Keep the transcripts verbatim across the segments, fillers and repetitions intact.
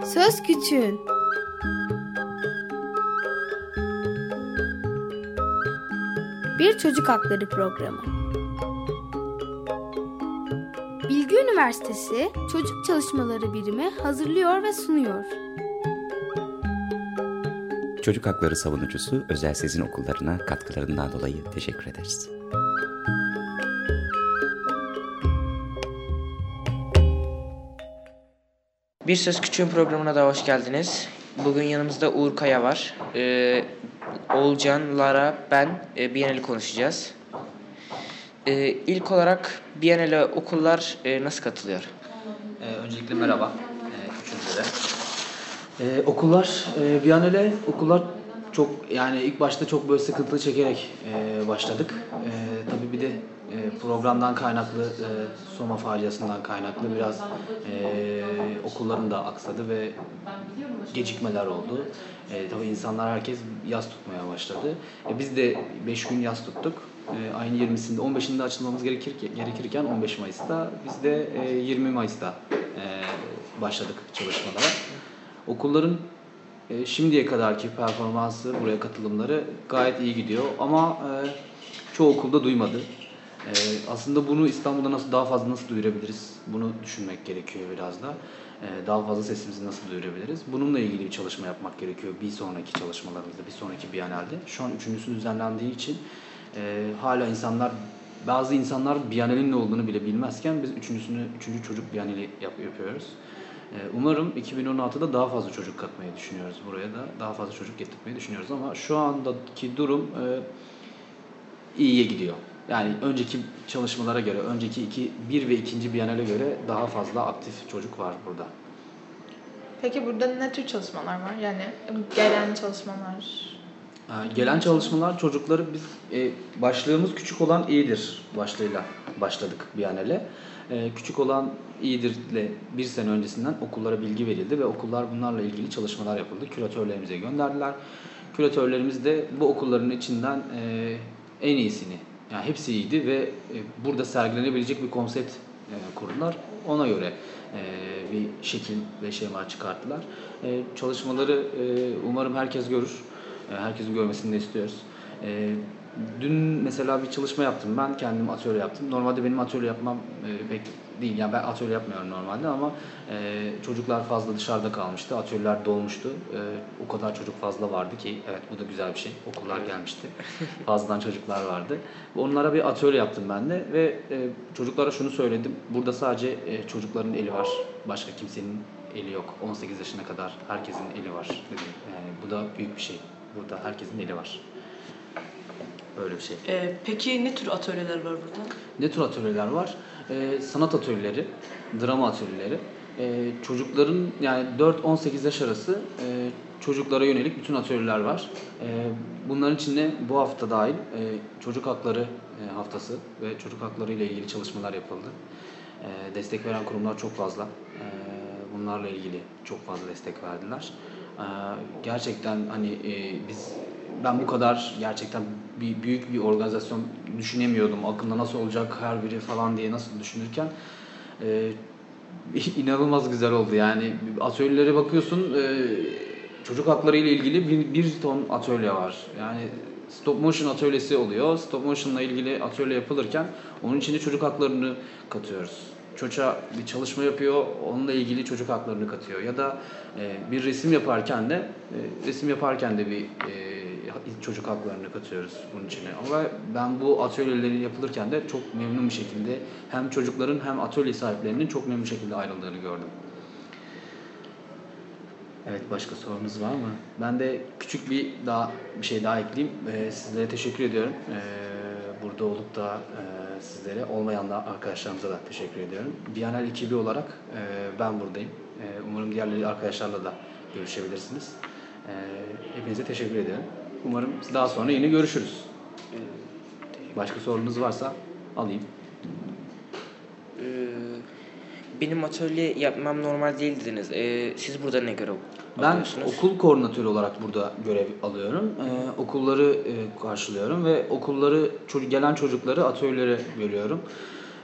Söz Küçüğün. Bir çocuk hakları programı. Bilgi Üniversitesi Çocuk Çalışmaları Birimi hazırlıyor ve sunuyor. Çocuk hakları savunucusu Özel Sezin Okullarına katkılarından dolayı teşekkür ederiz. Bir Söz Küçüğün programına da hoş geldiniz. Bugün yanımızda Uğur Kaya var. Ee, Oğulcan, Lara, ben e, Bienali konuşacağız. Ee, ilk olarak Bienali okullar e, nasıl katılıyor? Ee, öncelikle merhaba. Ee, üçüncüde. Ee, okullar, e, Bienale okullar çok yani ilk başta çok böyle sıkıntılı çekerek e, başladık. E, tabii bir de e, programdan kaynaklı, e, Soma faciasından kaynaklı biraz e, okulların da aksadı ve gecikmeler oldu. E, tabii insanlar herkes yaz tutmaya başladı. E, biz de beş gün yaz tuttuk. E, ayın yirmisinde, on beşinde açılmamız gerekir, gerekirken on beş Mayıs'ta biz de e, yirmi Mayıs'ta e, başladık çalışmalara. Okulların e, şimdiye kadarki performansı, buraya katılımları gayet iyi gidiyor ama e, çoğu okulda duymadı. E, aslında bunu İstanbul'da nasıl daha fazla nasıl duyurabiliriz? Bunu düşünmek gerekiyor biraz da. E, daha fazla sesimizi nasıl duyurabiliriz? Bununla ilgili bir çalışma yapmak gerekiyor bir sonraki çalışmalarımızda, bir sonraki Bienal'de. Şu an üçüncüsü düzenlendiği için e, hala insanlar, bazı insanlar Bienal'in ne olduğunu bile bilmezken biz üçüncüsünü, üçüncü çocuk Bienal'i yap, yapıyoruz. Umarım iki bin on altıda daha fazla çocuk katmayı düşünüyoruz buraya da. Daha fazla çocuk getirmeyi düşünüyoruz ama şu andaki durum e, iyiye gidiyor. Yani önceki çalışmalara göre, önceki iki, bir ve ikinci Bienal'e göre daha fazla aktif çocuk var burada. Peki burada ne tür çalışmalar var? Yani gelen çalışmalar? Gelen çalışmalar çocukları biz e, başlığımız küçük olan iyidir başlığıyla başladık Bienal'e. E, küçük olan iyidir'le bir sene öncesinden okullara bilgi verildi ve okullar bunlarla ilgili çalışmalar yapıldı. Küratörlerimize gönderdiler. Küratörlerimiz de bu okulların içinden e, en iyisini, yani hepsi iyiydi ve e, burada sergilenebilecek bir konsept e, kurdular. Ona göre e, bir şekil ve şema çıkarttılar. E, çalışmaları e, umarım herkes görür. Herkesin görmesini de istiyoruz. E, dün mesela bir çalışma yaptım. Ben kendim atölye yaptım. Normalde benim atölye yapmam e, pek değil. Yani ben atölye yapmıyorum normalde ama e, çocuklar fazla dışarıda kalmıştı. Atölyeler dolmuştu. E, o kadar çocuk fazla vardı ki evet bu da güzel bir şey. Okullar gelmişti. Fazladan çocuklar vardı. Onlara bir atölye yaptım ben de ve e, çocuklara şunu söyledim. Burada sadece e, çocukların eli var. Başka kimsenin eli yok. on sekiz yaşına kadar herkesin eli var dedim. Yani bu da büyük bir şey. Burada herkesin eli var. Böyle bir şey. Ee, peki ne tür atölyeler var burada? Ne tür atölyeler var? Ee, sanat atölyeleri, drama atölyeleri. Ee, çocukların yani dört on sekiz yaş arası e, çocuklara yönelik bütün atölyeler var. E, bunların içinde bu hafta dahil e, çocuk hakları e, haftası ve çocuk hakları ile ilgili çalışmalar yapıldı. E, destek veren kurumlar çok fazla. E, bunlarla ilgili çok fazla destek verdiler. Gerçekten hani biz ben bu kadar gerçekten bir büyük bir organizasyon düşünemiyordum. Aklımda nasıl olacak her biri falan diye nasıl düşünürken e, inanılmaz güzel oldu. Yani atölyelere bakıyorsun e, çocuk hakları ile ilgili bir, bir ton atölye var. Yani stop motion atölyesi oluyor. Stop motion'la ilgili atölye yapılırken onun içinde çocuk haklarını katıyoruz. Çocuğa bir çalışma yapıyor, onunla ilgili çocuk haklarını katıyor. Ya da e, bir resim yaparken de e, resim yaparken de bir e, çocuk haklarını katıyoruz bunun içine. Ama ben bu atölyeleri yapılırken de çok memnun bir şekilde hem çocukların hem atölye sahiplerinin çok memnun bir şekilde ayrıldığını gördüm. Evet, başka sorunuz var mı? Ben de küçük bir daha bir şey daha ekleyeyim. E, sizlere teşekkür ediyorum. E, burada olup da e, sizlere, olmayan da arkadaşlarımıza da teşekkür ediyorum. Bienal ekibi olarak e, ben buradayım. E, umarım diğerleri arkadaşlarla da görüşebilirsiniz. E, hepinize teşekkür ediyorum. Umarım daha sonra yine görüşürüz. E, başka sorunuz varsa alayım. Ee, benim atölye yapmam normal değil dediniz. Ee, siz burada ne görev alıyorsunuz? Ben okul koordinatörü olarak burada görev alıyorum. Ee, okulları e, karşılıyorum ve okulları, çocuk, gelen çocukları atölyelere bölüyorum.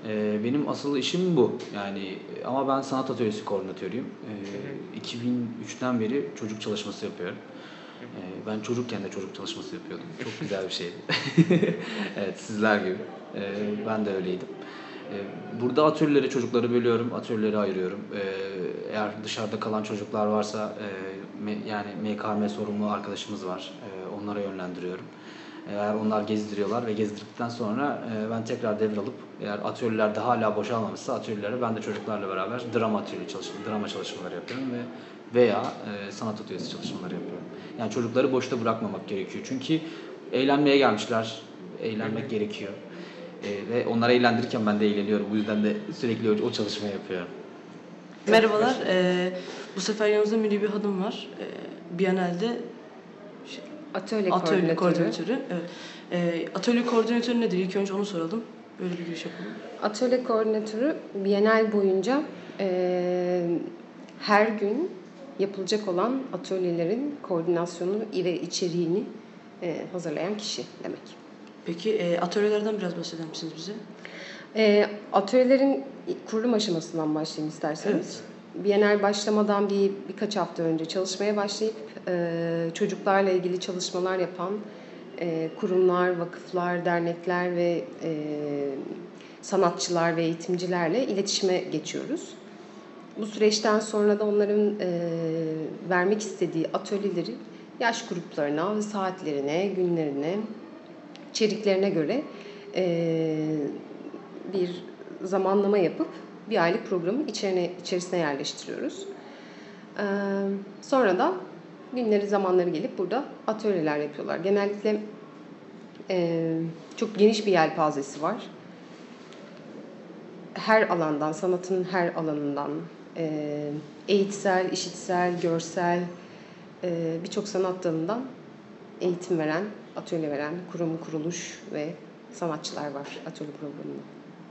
E, benim asıl işim bu. Yani ama ben sanat atölyesi koordinatörüyüm. E, iki bin üçten beri çocuk çalışması yapıyorum. E, ben çocukken de çocuk çalışması yapıyordum. Çok güzel bir şeydi. Evet, sizler gibi. E, ben de öyleydim. E, burada atölyeleri, çocukları bölüyorum, atölyeleri ayırıyorum. E, eğer dışarıda kalan çocuklar varsa e, me, yani M K M sorumlu arkadaşımız var. E, onlara yönlendiriyorum. Eğer onlar gezdiriyorlar ve gezdirdikten sonra e, ben tekrar devralıp eğer atölyelerde hala boşalmamışsa atölyelere ben de çocuklarla beraber drama atölye çalışma, drama çalışmaları yapıyorum ve veya e, sanat atölyesi çalışmaları yapıyorum. Yani çocukları boşta bırakmamak gerekiyor. Çünkü eğlenmeye gelmişler, eğlenmek gerekiyor. E, ve onları eğlendirirken ben de eğleniyorum. Bu yüzden de sürekli o, o çalışmayı yapıyorum. Merhabalar. Ee, bu sefer yanımızda Münir bir hanım var. Ee, Biennale'de Atölye, atölye koordinatörü. koordinatörü. Evet. Ee, atölye koordinatörü nedir? İlk önce onu soralım. Böyle bir giriş yapalım. Atölye koordinatörü Bienal boyunca e, her gün yapılacak olan atölyelerin koordinasyonu ve içeriğini e, hazırlayan kişi demek. Peki e, atölyelerden biraz bahseder misiniz bize? E, atölyelerin kurulum aşamasından başlayayım isterseniz. Evet. Bienal başlamadan bir birkaç hafta önce çalışmaya başlayıp e, çocuklarla ilgili çalışmalar yapan e, kurumlar, vakıflar, dernekler ve e, sanatçılar ve eğitimcilerle iletişime geçiyoruz. Bu süreçten sonra da onların e, vermek istediği atölyeleri yaş gruplarına ve saatlerine, günlerine, içeriklerine göre e, bir zamanlama yapıp bir aylık programın içerine, içerisine yerleştiriyoruz. E, sonra da günleri, zamanları gelip burada atölyeler yapıyorlar. Genellikle e, çok geniş bir yelpazesi var. Her alandan, sanatın her alanından, e, eğitsel, işitsel, görsel, e, birçok sanat dalından eğitim veren, atölye veren kurum, kuruluş ve sanatçılar var atölye programında.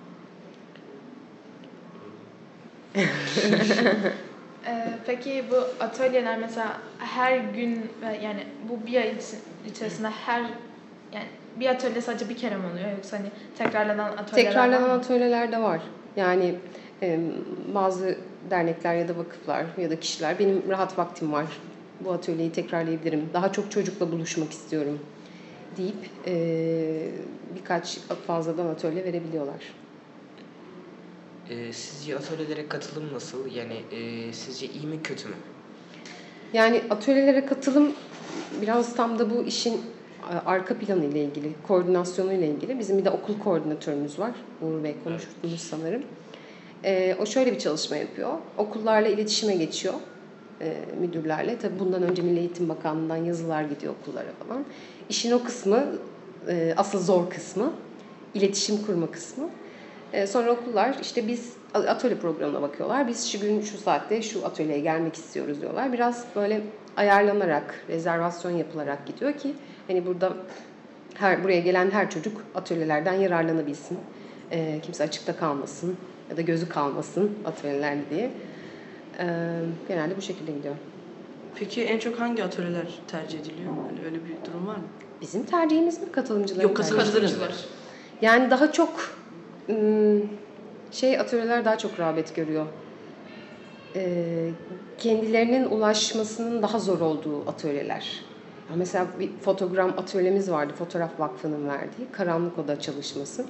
Ee, peki bu atölyeler mesela her gün ve yani bu bir ay içerisinde her yani bir atölye sadece bir kere mi oluyor yoksa hani tekrarlanan atölyeler Tekrarlanan var mı? atölyeler de var. Yani e, bazı dernekler ya da vakıflar ya da kişiler benim rahat vaktim var. Bu atölyeyi tekrarlayabilirim. Daha çok çocukla buluşmak istiyorum deyip e, birkaç fazladan atölye verebiliyorlar. Ee, sizce atölyelere katılım nasıl? Yani e, sizce iyi mi kötü mü? Yani atölyelere katılım biraz tam da bu işin arka planı ile ilgili, koordinasyonu ile ilgili. Bizim bir de okul koordinatörümüz var. Uğur Bey konuştunuz sanırım. Ee, o şöyle bir çalışma yapıyor. Okullarla iletişime geçiyor. E, müdürlerle. Tabii bundan önce Milli Eğitim Bakanlığı'ndan yazılar gidiyor okullara falan. İşin o kısmı, e, asıl zor kısmı, iletişim kurma kısmı. E, sonra okullar işte biz atölye programına bakıyorlar. Biz şu gün şu saatte şu atölyeye gelmek istiyoruz diyorlar. Biraz böyle ayarlanarak, rezervasyon yapılarak gidiyor ki hani burada her buraya gelen her çocuk atölyelerden yararlanabilsin. E, kimse açıkta kalmasın ya da gözü kalmasın atölyelerde diye. E, genelde bu şekilde gidiyor. Peki en çok hangi atölyeler tercih ediliyor? Yani öyle bir durum var mı? Bizim tercihimiz mi, katılımcıların Yok, katılımcıların. Yani daha çok şey atölyeler daha çok rağbet görüyor. Ee, kendilerinin ulaşmasının daha zor olduğu atölyeler. Mesela bir fotogram atölyemiz vardı, Fotoğraf Vakfı'nın verdiği Karanlık Oda çalışması.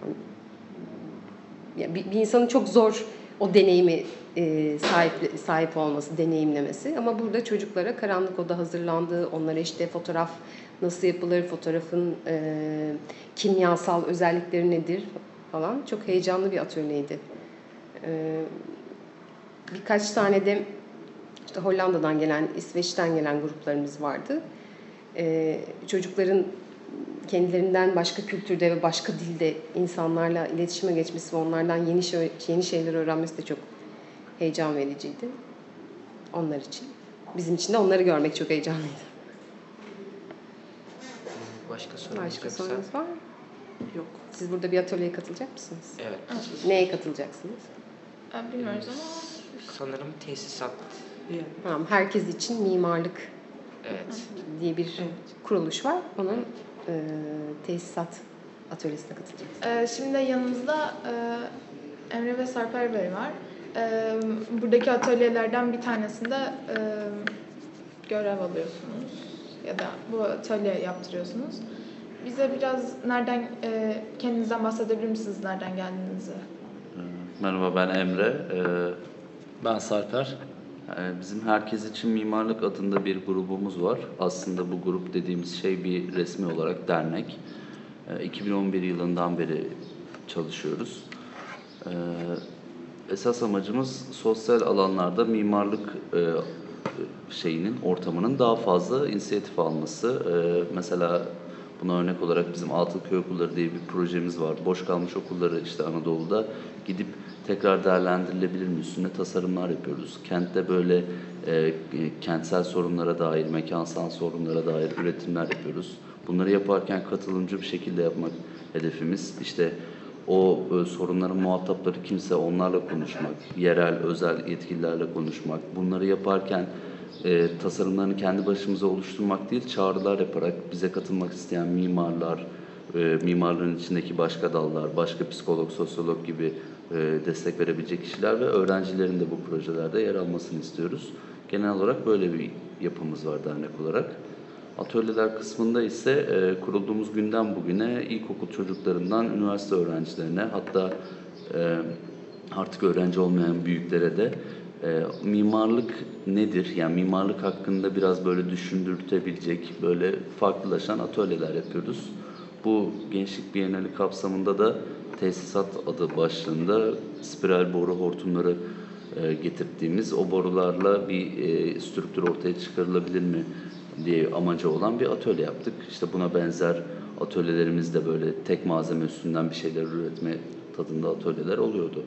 Yani bir, bir insanın çok zor o deneyimi e, sahip sahip olması, deneyimlemesi. Ama burada çocuklara Karanlık Oda hazırlandı. Onlara işte fotoğraf nasıl yapılır, fotoğrafın e, kimyasal özellikleri nedir falan. Çok heyecanlı bir atölyeydi. E, birkaç tane de işte Hollanda'dan gelen, İsveç'ten gelen gruplarımız vardı. E, çocukların kendilerinden başka kültürde ve başka dilde insanlarla iletişime geçmesi ve onlardan yeni şey, yeni şeyler öğrenmesi de çok heyecan vericiydi. Onlar için. Bizim için de onları görmek çok heyecanlıydı. Başka sorunuz Başka yoksa? sorunuz var mı? Yok. Siz burada bir atölyeye katılacak mısınız? Evet. Neye katılacaksınız? Ee, bilmiyoruz ama Sanırım tesisat. Yani. Tamam, herkes için mimarlık Evet. diye bir Evet. kuruluş var. Onun e, tesisat atölyesine katılacağız. Ee, şimdi yanımızda e, Emre ve Sarper Bey var. E, buradaki atölyelerden bir tanesinde e, görev alıyorsunuz ya da bu atölye yaptırıyorsunuz. Bize biraz nereden e, kendinizden bahsedebilir misiniz, nereden geldiğinizi? Merhaba, ben Emre. Ee, Ben Sarper. e, Bizim Herkes İçin Mimarlık adında bir grubumuz var. Aslında bu grup dediğimiz şey bir resmi olarak dernek. Ee, iki bin on bir yılından beri çalışıyoruz. Ee, Esas amacımız sosyal alanlarda mimarlık e, şeyinin, ortamının daha fazla inisiyatif alması. Ee, Mesela buna örnek olarak bizim Atılköy Okulları diye bir projemiz var. Boş kalmış okulları işte Anadolu'da gidip tekrar değerlendirilebilir mi üstüne tasarımlar yapıyoruz. Kentte böyle e, kentsel sorunlara dair, mekansal sorunlara dair üretimler yapıyoruz. Bunları yaparken katılımcı bir şekilde yapmak hedefimiz. İşte o e, sorunların muhatapları kimse onlarla konuşmak, yerel, özel yetkililerle konuşmak. Bunları yaparken e, tasarımlarını kendi başımıza oluşturmak değil, çağrılar yaparak bize katılmak isteyen mimarlar, e, mimarlığın içindeki başka dallar, başka psikolog, sosyolog gibi e, destek verebilecek kişiler ve öğrencilerin de bu projelerde yer almasını istiyoruz. Genel olarak böyle bir yapımız var dernek olarak. Atölyeler kısmında ise e, kurulduğumuz günden bugüne ilkokul çocuklarından üniversite öğrencilerine, hatta e, artık öğrenci olmayan büyüklere de e, mimarlık nedir? Yani mimarlık hakkında biraz böyle düşündürtebilecek, böyle farklılaşan atölyeler yapıyoruz. Bu Gençlik Bienali kapsamında da tesisat adı başlığında spiral boru hortumları e, getirdiğimiz, o borularla bir e, strüktür ortaya çıkarılabilir mi diye amacı olan bir atölye yaptık. İşte buna benzer atölyelerimiz de böyle tek malzeme üstünden bir şeyler üretme tadında atölyeler oluyordu.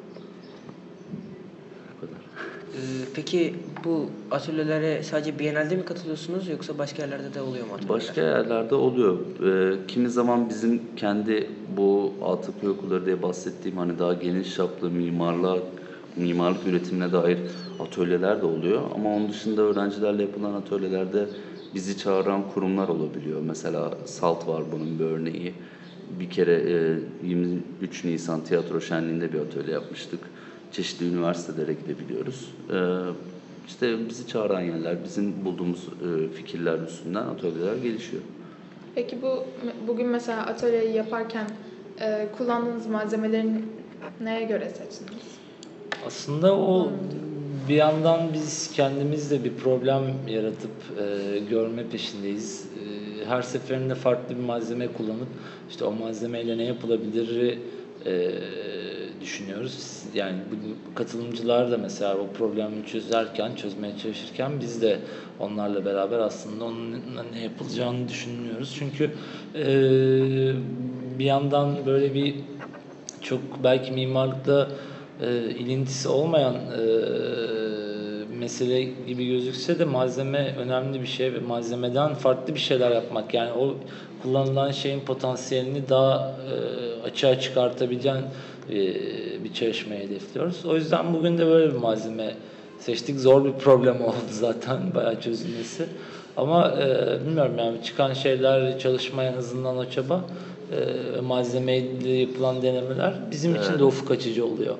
Bu kadar. Ee, peki bu atölyelere sadece Biennale'de mi katılıyorsunuz yoksa başka yerlerde de oluyor mu atölyeler? Başka yerlerde oluyor. Ee, kimi zaman bizim kendi bu Atılköy Okulları diye bahsettiğim hani daha geniş çaplı mimarlık, mimarlık üretimine dair atölyeler de oluyor. Ama onun dışında öğrencilerle yapılan atölyelerde bizi çağıran kurumlar olabiliyor. Mesela SALT var bunun bir örneği. Bir kere e, yirmi üç Nisan Tiyatro Şenliği'nde bir atölye yapmıştık. Çeşitli üniversitelere gidebiliyoruz. E, işte bizi çağıran yerler, bizim bulduğumuz e, fikirler üstünden atölyeler gelişiyor. Peki bu bugün mesela atölyeyi yaparken e, kullandığınız malzemelerin neye göre seçtiniz? Aslında o bir yandan biz kendimiz de bir problem yaratıp e, görme peşindeyiz. E, her seferinde farklı bir malzeme kullanıp işte o malzemeyle ne yapılabilir e, düşünüyoruz. Yani bu katılımcılar da mesela o problemi çözerken, çözmeye çalışırken biz de onlarla beraber aslında onunla ne yapılacağını düşünüyoruz. Çünkü e, bir yandan böyle bir çok belki mimarlıkta e, ilintisi olmayan e, mesele gibi gözükse de malzeme önemli bir şey ve malzemeden farklı bir şeyler yapmak, yani o kullanılan şeyin potansiyelini daha e, açığa çıkartabilen e, bir çalışmayı hedefliyoruz. O yüzden bugün de böyle bir malzeme seçtik. Zor bir problem oldu zaten bayağı çözülmesi. Ama e, bilmiyorum yani çıkan şeyler, çalışma en azından o çaba, e, malzemeyle yapılan denemeler bizim evet. için de ufuk açıcı oluyor.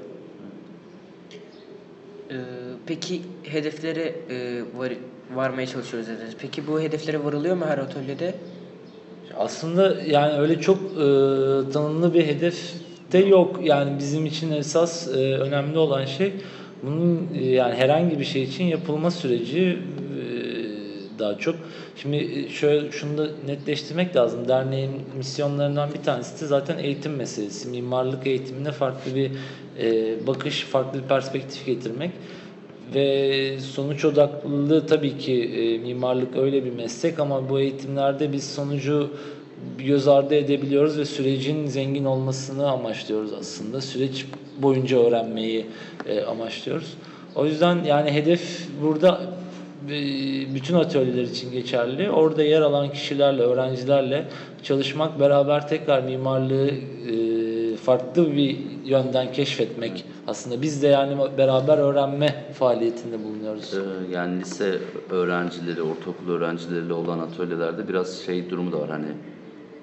Ee, peki hedeflere e, var, varmaya çalışıyoruz dediniz. Peki bu hedeflere varılıyor mu her atölyede? Aslında yani öyle çok e, tanımlı bir hedef de yok. Yani bizim için esas e, önemli olan şey bunun e, yani herhangi bir şey için yapılma süreci e, daha çok. Şimdi şöyle şunu da netleştirmek lazım. Derneğin misyonlarından bir tanesi de zaten eğitim meselesi. Mimarlık eğitimine farklı bir e, bakış, farklı bir perspektif getirmek. Ve sonuç odaklılığı tabii ki e, mimarlık öyle bir meslek ama bu eğitimlerde biz sonucu göz ardı edebiliyoruz ve sürecin zengin olmasını amaçlıyoruz aslında. Süreç boyunca öğrenmeyi e, amaçlıyoruz. O yüzden yani hedef burada bütün atölyeler için geçerli. Orada yer alan kişilerle, öğrencilerle çalışmak, beraber tekrar mimarlığı e, farklı bir yönden keşfetmek. Aslında biz de yani beraber öğrenme faaliyetinde bulunuyoruz. Ee, yani lise öğrencileri, ortaokul öğrencileriyle olan atölyelerde biraz şey durumu da var, hani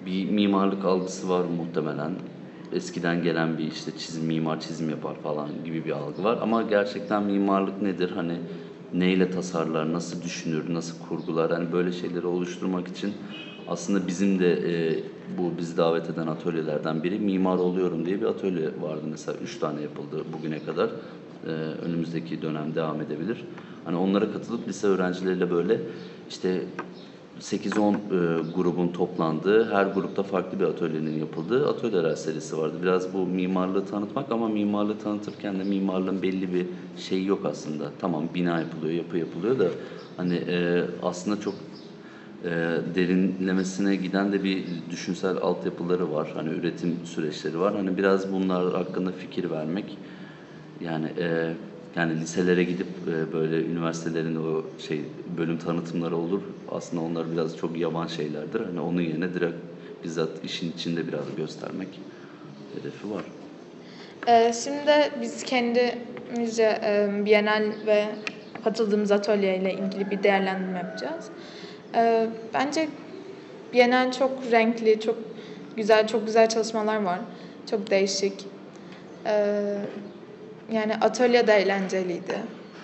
bir mimarlık algısı var muhtemelen. Eskiden gelen bir işte çizim, mimar çizim yapar falan gibi bir algı var. Ama gerçekten mimarlık nedir? Hani neyle tasarlar, nasıl düşünür, nasıl kurgular? Hani böyle şeyleri oluşturmak için aslında bizim de e, bu bizi davet eden atölyelerden biri Mimar Oluyorum diye bir atölye vardı. Mesela üç tane yapıldı bugüne kadar. E, önümüzdeki dönem devam edebilir. Hani onlara katılıp lise öğrencileriyle böyle işte sekiz on e, grubun toplandığı, her grupta farklı bir atölyenin yapıldığı atölyeler serisi vardı. Biraz bu mimarlığı tanıtmak ama mimarlığı tanıtırken de mimarlığın belli bir şeyi yok aslında. Tamam bina yapılıyor, yapı yapılıyor da hani e, aslında çok e, derinlemesine giden de bir düşünsel altyapıları var. Hani üretim süreçleri var. Hani biraz bunlar hakkında fikir vermek. Yani e, yani liselere gidip e, böyle üniversitelerin o şey bölüm tanıtımları olur. Aslında onlar biraz çok yavan şeylerdir. Hani onun yerine direkt bizzat işin içinde biraz göstermek hedefi var. Ee, şimdi biz kendimizce e, Bienal ve katıldığımız atölyeyle ilgili bir değerlendirme yapacağız. Ee, bence Bienal çok renkli, çok güzel, çok güzel çalışmalar var. Çok değişik. Ee, yani atölye de eğlenceliydi.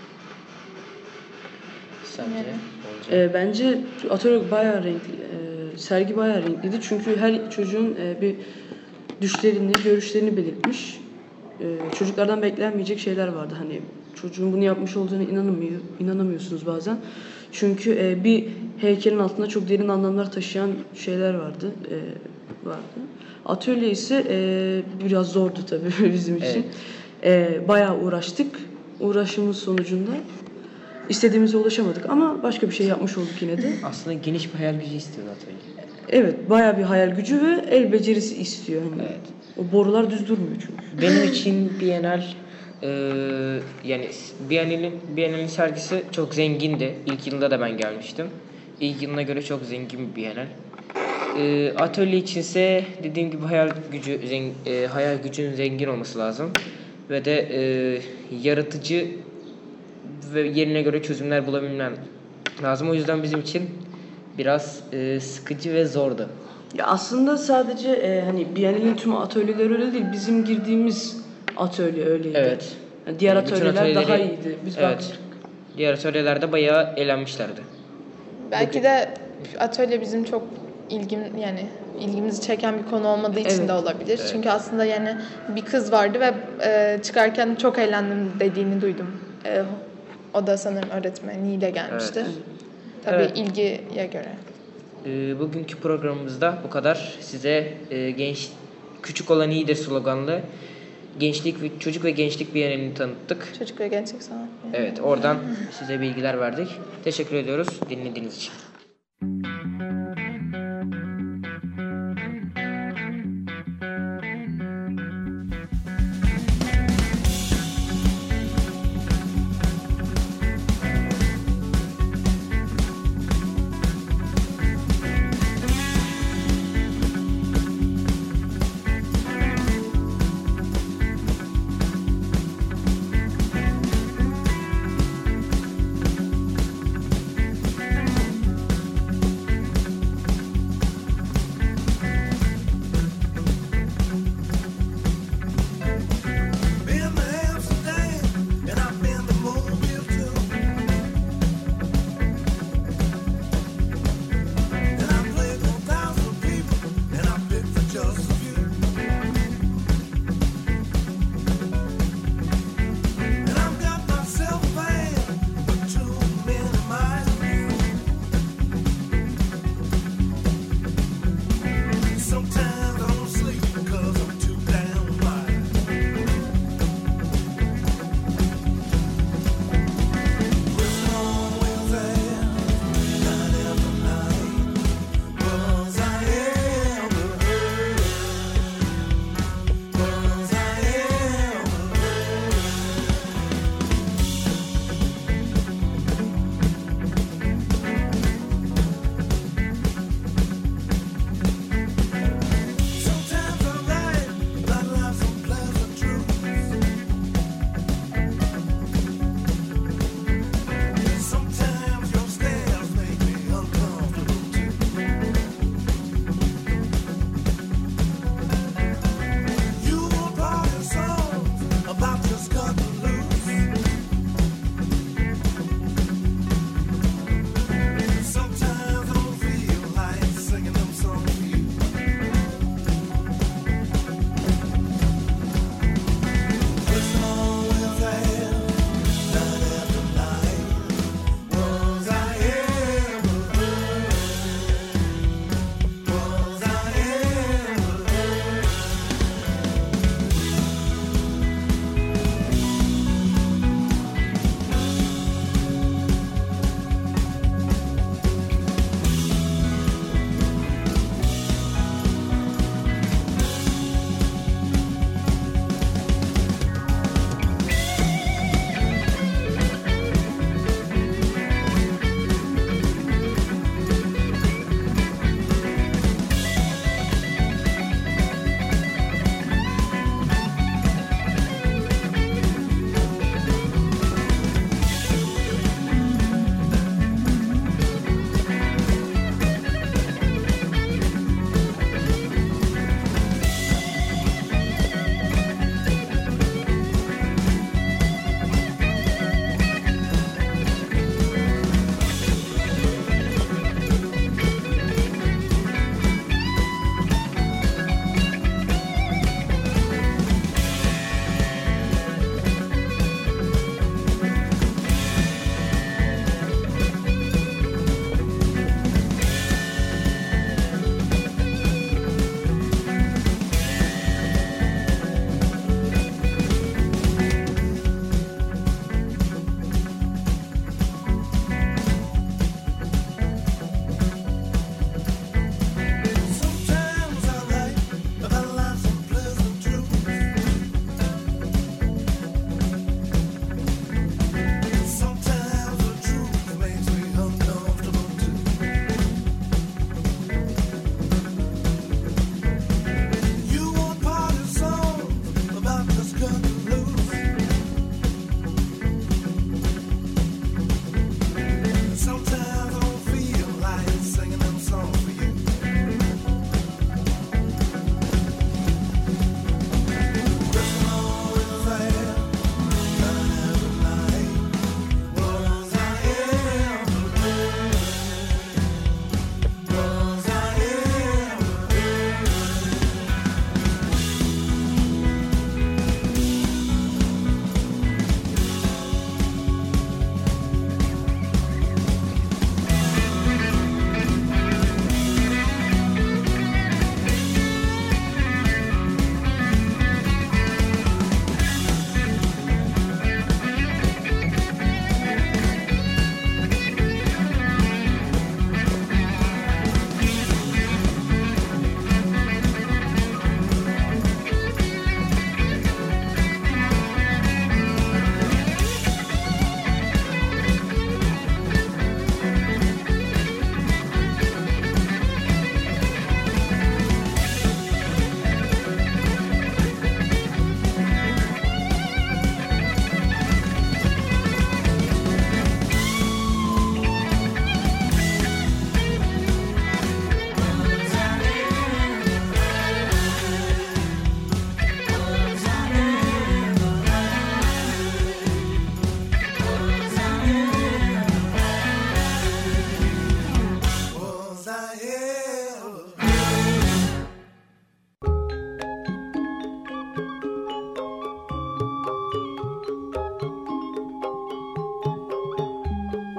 Sence? Yani. E, bence atölye bayağı renkli, e, sergi bayağı renkliydi. Çünkü her çocuğun e, bir düşlerini, görüşlerini belirtmiş. E, çocuklardan beklenmeyecek şeyler vardı. Hani çocuğun bunu yapmış olduğuna inanamıyor, inanamıyorsunuz bazen. Çünkü e, bir heykelin altında çok derin anlamlar taşıyan şeyler vardı. E, vardı. Atölye ise e, biraz zordu tabii bizim için. Evet. E, bayağı uğraştık. Uğraşımız sonucunda istediğimize ulaşamadık ama başka bir şey yapmış olduk yine de. Aslında geniş bir hayal gücü istiyordu atölye. Evet, bayağı bir hayal gücü ve el becerisi istiyor. Hani. Evet. O borular düz durmuyor çünkü. Benim için Bienal e, yani Bienal'in Bienal'in sergisi çok zengindi. İlk yılında da ben gelmiştim. İlk yılına göre çok zengin bir Bienal. E, atölye içinse dediğim gibi hayal gücü zengin, e, hayal gücünün zengin olması lazım ve de e, yaratıcı ve yerine göre çözümler bulabilmem lazım. O yüzden bizim için biraz e, sıkıcı ve zordu. Ya aslında sadece e, hani Bienal'in tüm atölyeleri öyle değil. Bizim girdiğimiz atölye öyleydi. Evet. Yani diğer Yani bütün atölyeler atölyeleri- daha iyiydi. Biz Evet. baktık. Diğer atölyelerde bayağı eğlenmişlerdi. Belki de atölye bizim çok ilgim yani ilgimizi çeken bir konu olmadığı için Evet. de olabilir. Evet. Çünkü aslında yani bir kız vardı ve e, çıkarken çok eğlendim dediğini duydum. E, o da sanırım öğretmeniyle gelmişti. Evet. Tabii Evet. ilgiye göre. Ee, bugünkü programımızda bu kadar. Size e, genç küçük olan iyidir sloganlı gençlik ve çocuk ve gençlik Bienalini tanıttık. Çocuk ve gençlik sanat. Evet, oradan size bilgiler verdik. Teşekkür ediyoruz dinlediğiniz için.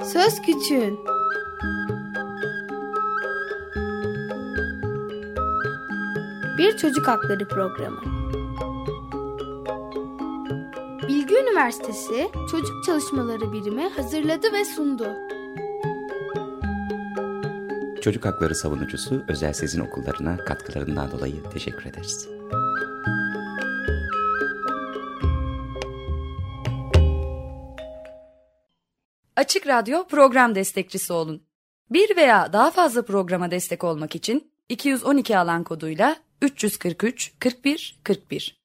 Söz Küçüğün. Bir çocuk hakları programı. Bilgi Üniversitesi Çocuk Çalışmaları Birimi hazırladı ve sundu. Çocuk hakları savunucusu Özel Sezin Okullarına katkılarından dolayı teşekkür ederiz. Açık Radyo program destekçisi olun. Bir veya daha fazla programa destek olmak için iki yüz on iki alan koduyla üç yüz kırk üç kırk bir kırk bir